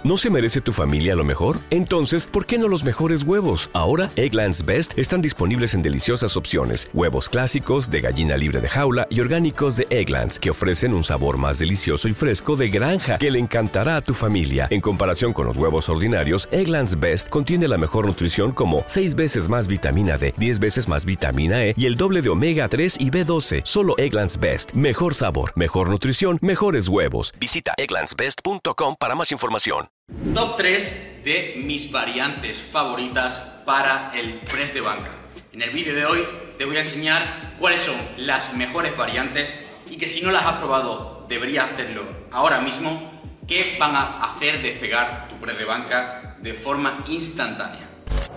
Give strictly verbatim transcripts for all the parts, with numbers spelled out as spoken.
¿No se merece tu familia lo mejor? Entonces, ¿por qué no los mejores huevos? Ahora, Eggland's Best están disponibles en deliciosas opciones. Huevos clásicos, de gallina libre de jaula y orgánicos de Eggland's, que ofrecen un sabor más delicioso y fresco de granja que le encantará a tu familia. En comparación con los huevos ordinarios, Eggland's Best contiene la mejor nutrición como seis veces más vitamina D, diez veces más vitamina E y el doble de omega tres y B doce. Solo Eggland's Best. Mejor sabor, mejor nutrición, mejores huevos. Visita egglands best punto com para más información. Top tres de mis variantes favoritas para el press de banca. En el vídeo de hoy te voy a enseñar cuáles son las mejores variantes y que si no las has probado deberías hacerlo ahora mismo, que van a hacer despegar tu press de banca de forma instantánea.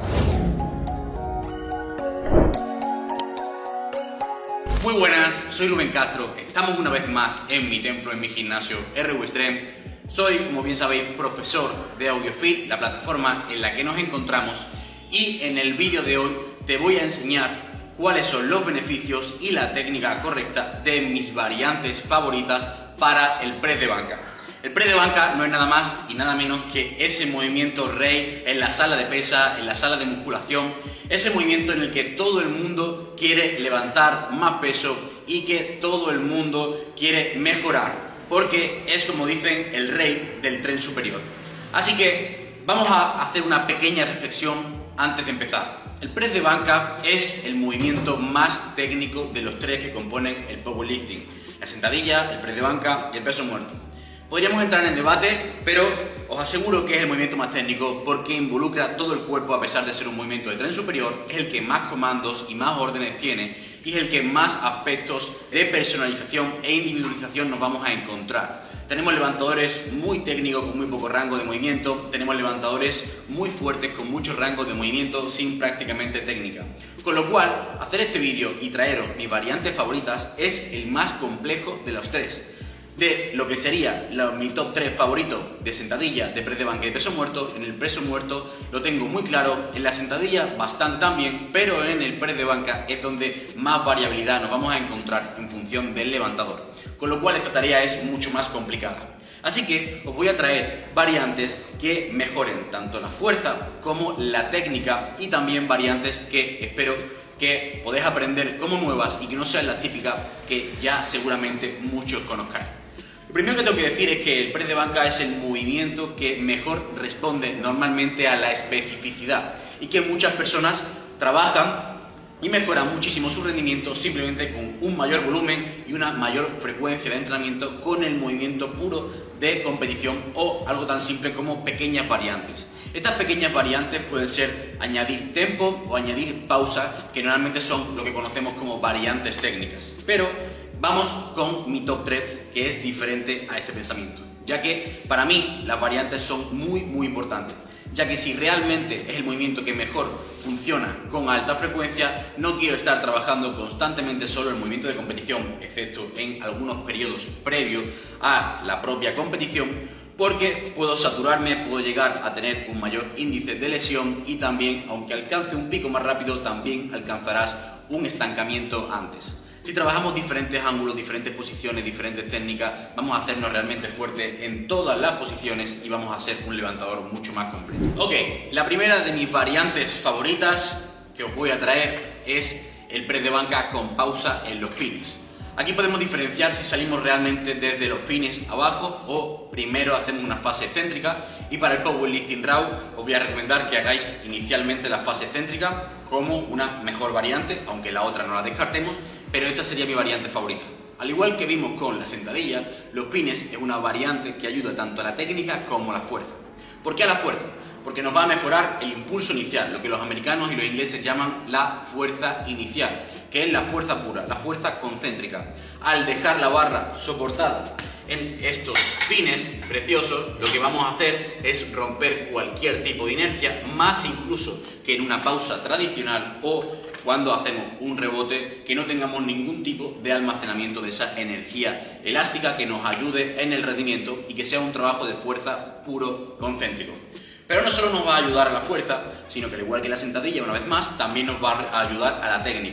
Muy buenas, soy Rubén Castro, estamos una vez más en mi templo, en mi gimnasio R W Strength. Soy, como bien sabéis, profesor de AudioFit, la plataforma en la que nos encontramos, y en el vídeo de hoy te voy a enseñar cuáles son los beneficios y la técnica correcta de mis variantes favoritas para el press de banca. El press de banca no es nada más y nada menos que ese movimiento rey en la sala de pesa, en la sala de musculación, ese movimiento en el que todo el mundo quiere levantar más peso y que todo el mundo quiere mejorar, porque es, como dicen, el rey del tren superior. Así que vamos a hacer una pequeña reflexión antes de empezar. El press de banca es el movimiento más técnico de los tres que componen el powerlifting: la sentadilla, el press de banca y el peso muerto. Podríamos entrar en debate, pero os aseguro que es el movimiento más técnico porque involucra todo el cuerpo. A pesar de ser un movimiento de tren superior, es el que más comandos y más órdenes tiene y es el que más aspectos de personalización e individualización nos vamos a encontrar. Tenemos levantadores muy técnicos con muy poco rango de movimiento, tenemos levantadores muy fuertes con mucho rango de movimiento sin prácticamente técnica. Con lo cual, hacer este vídeo y traeros mis variantes favoritas es el más complejo de los tres. De lo que sería la, mi top tres favorito de sentadilla, de press de banca y peso muerto, en el peso muerto lo tengo muy claro, en la sentadilla bastante también, pero en el press de banca es donde más variabilidad nos vamos a encontrar en función del levantador, con lo cual esta tarea es mucho más complicada. Así que os voy a traer variantes que mejoren tanto la fuerza como la técnica y también variantes que espero que podáis aprender como nuevas y que no sean las típicas que ya seguramente muchos conozcáis. Lo primero que tengo que decir es que el press de banca es el movimiento que mejor responde normalmente a la especificidad y que muchas personas trabajan y mejoran muchísimo su rendimiento simplemente con un mayor volumen y una mayor frecuencia de entrenamiento con el movimiento puro de competición o algo tan simple como pequeñas variantes. Estas pequeñas variantes pueden ser añadir tempo o añadir pausa, que normalmente son lo que conocemos como variantes técnicas. Pero vamos con mi top tres, que es diferente a este pensamiento, ya que para mí las variantes son muy muy importantes, ya que si realmente es el movimiento que mejor funciona con alta frecuencia, no quiero estar trabajando constantemente solo el movimiento de competición, excepto en algunos periodos previos a la propia competición, porque puedo saturarme, puedo llegar a tener un mayor índice de lesión y también, aunque alcance un pico más rápido, también alcanzarás un estancamiento antes. Si trabajamos diferentes ángulos, diferentes posiciones, diferentes técnicas, vamos a hacernos realmente fuertes en todas las posiciones y vamos a ser un levantador mucho más completo. Ok, la primera de mis variantes favoritas que os voy a traer es el press de banca con pausa en los pines. Aquí podemos diferenciar si salimos realmente desde los pines abajo o primero hacemos una fase excéntrica, y para el powerlifting raw os voy a recomendar que hagáis inicialmente la fase excéntrica como una mejor variante, aunque la otra no la descartemos, pero esta sería mi variante favorita. Al igual que vimos con la sentadilla, los pines es una variante que ayuda tanto a la técnica como a la fuerza. ¿Por qué a la fuerza? Porque nos va a mejorar el impulso inicial, lo que los americanos y los ingleses llaman la fuerza inicial, que es la fuerza pura, la fuerza concéntrica. Al dejar la barra soportada en estos pines preciosos, lo que vamos a hacer es romper cualquier tipo de inercia, más incluso que en una pausa tradicional o cuando hacemos un rebote, que no tengamos ningún tipo de almacenamiento de esa energía elástica que nos ayude en el rendimiento y que sea un trabajo de fuerza puro concéntrico. Pero no solo nos va a ayudar a la fuerza, sino que al igual que la sentadilla, una vez más, también nos va a ayudar a la técnica.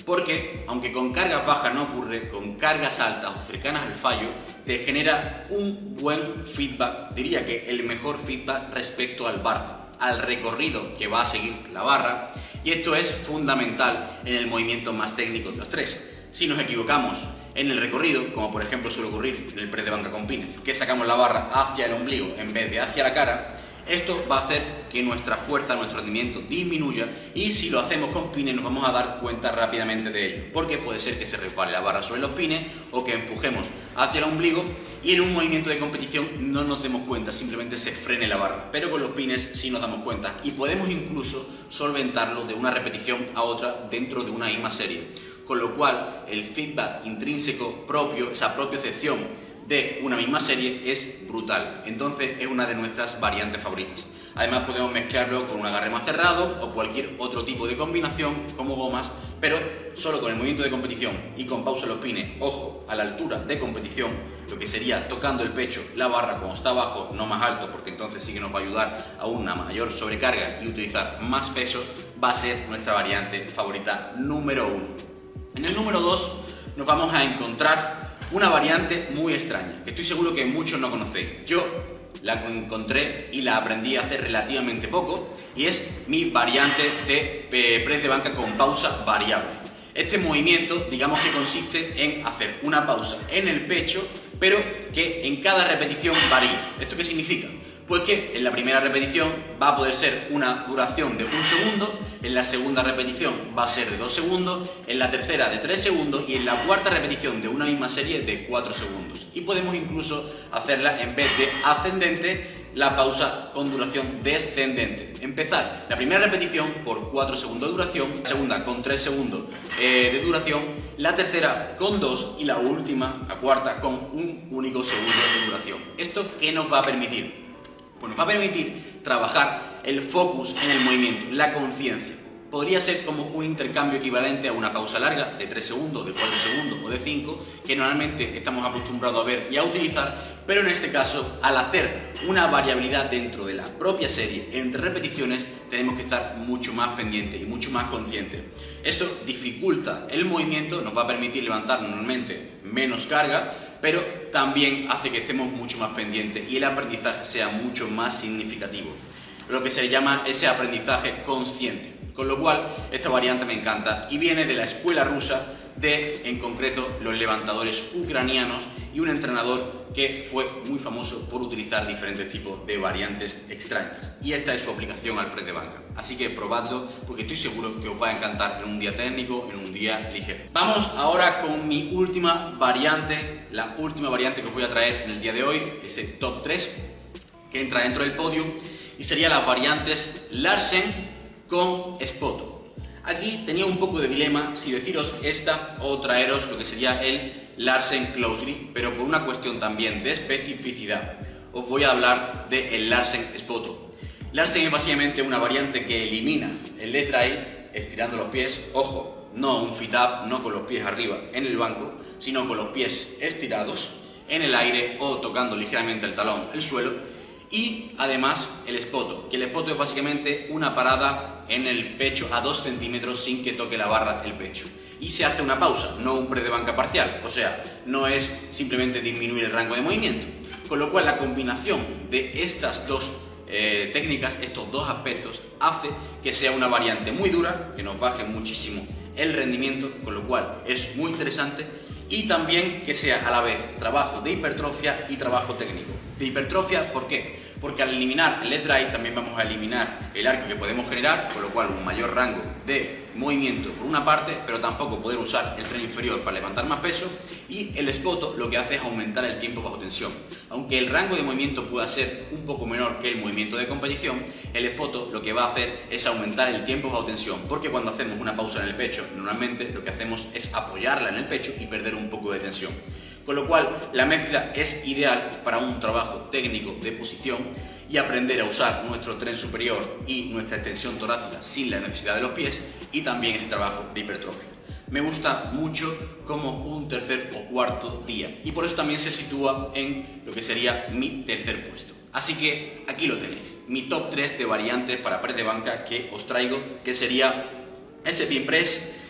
porque aunque con cargas bajas no ocurre, con cargas altas o cercanas al fallo te genera un buen feedback, diría que el mejor feedback respecto al barra, al recorrido que va a seguir la barra, y esto es fundamental en el movimiento más técnico de los tres. Si nos equivocamos en el recorrido, como por ejemplo suele ocurrir en el press de banca con pines, que sacamos la barra hacia el ombligo en vez de hacia la cara, esto va a hacer que nuestra fuerza, nuestro rendimiento disminuya, y si lo hacemos con pines nos vamos a dar cuenta rápidamente de ello, porque puede ser que se resbale la barra sobre los pines o que empujemos hacia el ombligo y en un movimiento de competición no nos demos cuenta, simplemente se frene la barra, pero con los pines sí nos damos cuenta y podemos incluso solventarlo de una repetición a otra dentro de una misma serie, con lo cual el feedback intrínseco propio, esa propiocepción de una misma serie es brutal. Entonces es una de nuestras variantes favoritas. Además podemos mezclarlo con un agarre más cerrado o cualquier otro tipo de combinación como gomas, pero solo con el movimiento de competición y con pausa en los pines, ojo, a la altura de competición, lo que sería tocando el pecho, la barra cuando está abajo, no más alto, porque entonces sí que nos va a ayudar a una mayor sobrecarga y utilizar más peso, va a ser nuestra variante favorita número uno. En el número dos nos vamos a encontrar una variante muy extraña, que estoy seguro que muchos no conocéis. Yo la encontré y la aprendí a hacer relativamente poco, y es mi variante de eh, press de banca con pausa variable. Este movimiento, digamos que consiste en hacer una pausa en el pecho, pero que en cada repetición varíe. ¿Esto qué significa? Pues que en la primera repetición va a poder ser una duración de un segundo, en la segunda repetición va a ser de dos segundos, en la tercera de tres segundos y en la cuarta repetición de una misma serie de cuatro segundos. Y podemos incluso hacerla en vez de ascendente, la pausa con duración descendente. Empezar la primera repetición por cuatro segundos de duración, la segunda con tres segundos eh, de duración, la tercera con dos y la última, la cuarta, con un único segundo de duración. ¿Esto qué nos va a permitir? Pues nos va a permitir trabajar el focus en el movimiento, la conciencia. Podría ser como un intercambio equivalente a una pausa larga de tres segundos, de cuatro segundos o de cinco, que normalmente estamos acostumbrados a ver y a utilizar, pero en este caso, al hacer una variabilidad dentro de la propia serie entre repeticiones, tenemos que estar mucho más pendientes y mucho más conscientes. Esto dificulta el movimiento, nos va a permitir levantar normalmente menos carga, pero también hace que estemos mucho más pendientes y el aprendizaje sea mucho más significativo, lo que se llama ese aprendizaje consciente. Con lo cual, esta variante me encanta y viene de la escuela rusa de, en concreto, los levantadores ucranianos y un entrenador que fue muy famoso por utilizar diferentes tipos de variantes extrañas. Y esta es su aplicación al press de banca. Así que probadlo porque estoy seguro que os va a encantar en un día técnico, en un día ligero. Vamos ahora con mi última variante, la última variante que os voy a traer en el día de hoy, ese top tres que entra dentro del podio, y sería las variantes Larsen con Spoto. Aquí tenía un poco de dilema si deciros esta o traeros lo que sería el Larsen Closely, pero por una cuestión también de especificidad os voy a hablar del Larsen Spoto. Larsen es básicamente una variante que elimina el leg drive estirando los pies, ojo, no un fit up, no con los pies arriba en el banco, sino con los pies estirados en el aire o tocando ligeramente el talón el suelo. Y además el Spoto, que el Spoto es básicamente una parada en el pecho a dos centímetros sin que toque la barra el pecho. Y se hace una pausa, no un press de banca parcial, o sea, no es simplemente disminuir el rango de movimiento. Con lo cual la combinación de estas dos eh, técnicas, estos dos aspectos, hace que sea una variante muy dura, que nos baje muchísimo el rendimiento, con lo cual es muy interesante. Y también que sea a la vez trabajo de hipertrofia y trabajo técnico. De hipertrofia, ¿por qué? Porque al eliminar el leg drive también vamos a eliminar el arco que podemos generar, con lo cual un mayor rango de movimiento por una parte, pero tampoco poder usar el tren inferior para levantar más peso. Y el Spoto lo que hace es aumentar el tiempo bajo tensión. Aunque el rango de movimiento pueda ser un poco menor que el movimiento de competición, el Spoto lo que va a hacer es aumentar el tiempo bajo tensión, porque cuando hacemos una pausa en el pecho, normalmente lo que hacemos es apoyarla en el pecho y perder un poco de tensión. Con lo cual la mezcla es ideal para un trabajo técnico de posición y aprender a usar nuestro tren superior y nuestra extensión torácica sin la necesidad de los pies, y también ese trabajo de hipertrofia. Me gusta mucho como un tercer o cuarto día y por eso también se sitúa en lo que sería mi tercer puesto. Así que aquí lo tenéis, mi top tres de variantes para press de banca que os traigo, que sería ese pin press,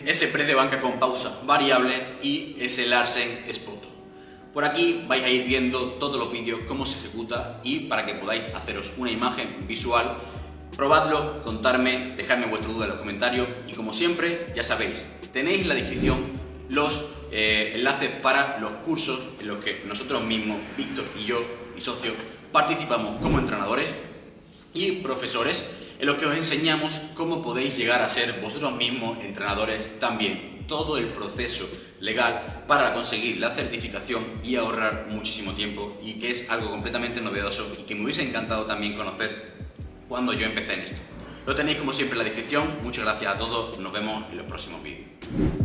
ese Prez de banca con pausa variable y ese Larsen Spot. Por aquí vais a ir viendo todos los vídeos, cómo se ejecuta, y para que podáis haceros una imagen visual, probadlo, contarme, dejadme vuestra duda en los comentarios y, como siempre, ya sabéis, tenéis en la descripción los eh, enlaces para los cursos en los que nosotros mismos, Víctor y yo, mi socio, participamos como entrenadores y profesores, en los que os enseñamos cómo podéis llegar a ser vosotros mismos entrenadores también. Todo el proceso legal para conseguir la certificación y ahorrar muchísimo tiempo, y que es algo completamente novedoso y que me hubiese encantado también conocer cuando yo empecé en esto. Lo tenéis como siempre en la descripción. Muchas gracias a todos, nos vemos en los próximos vídeos.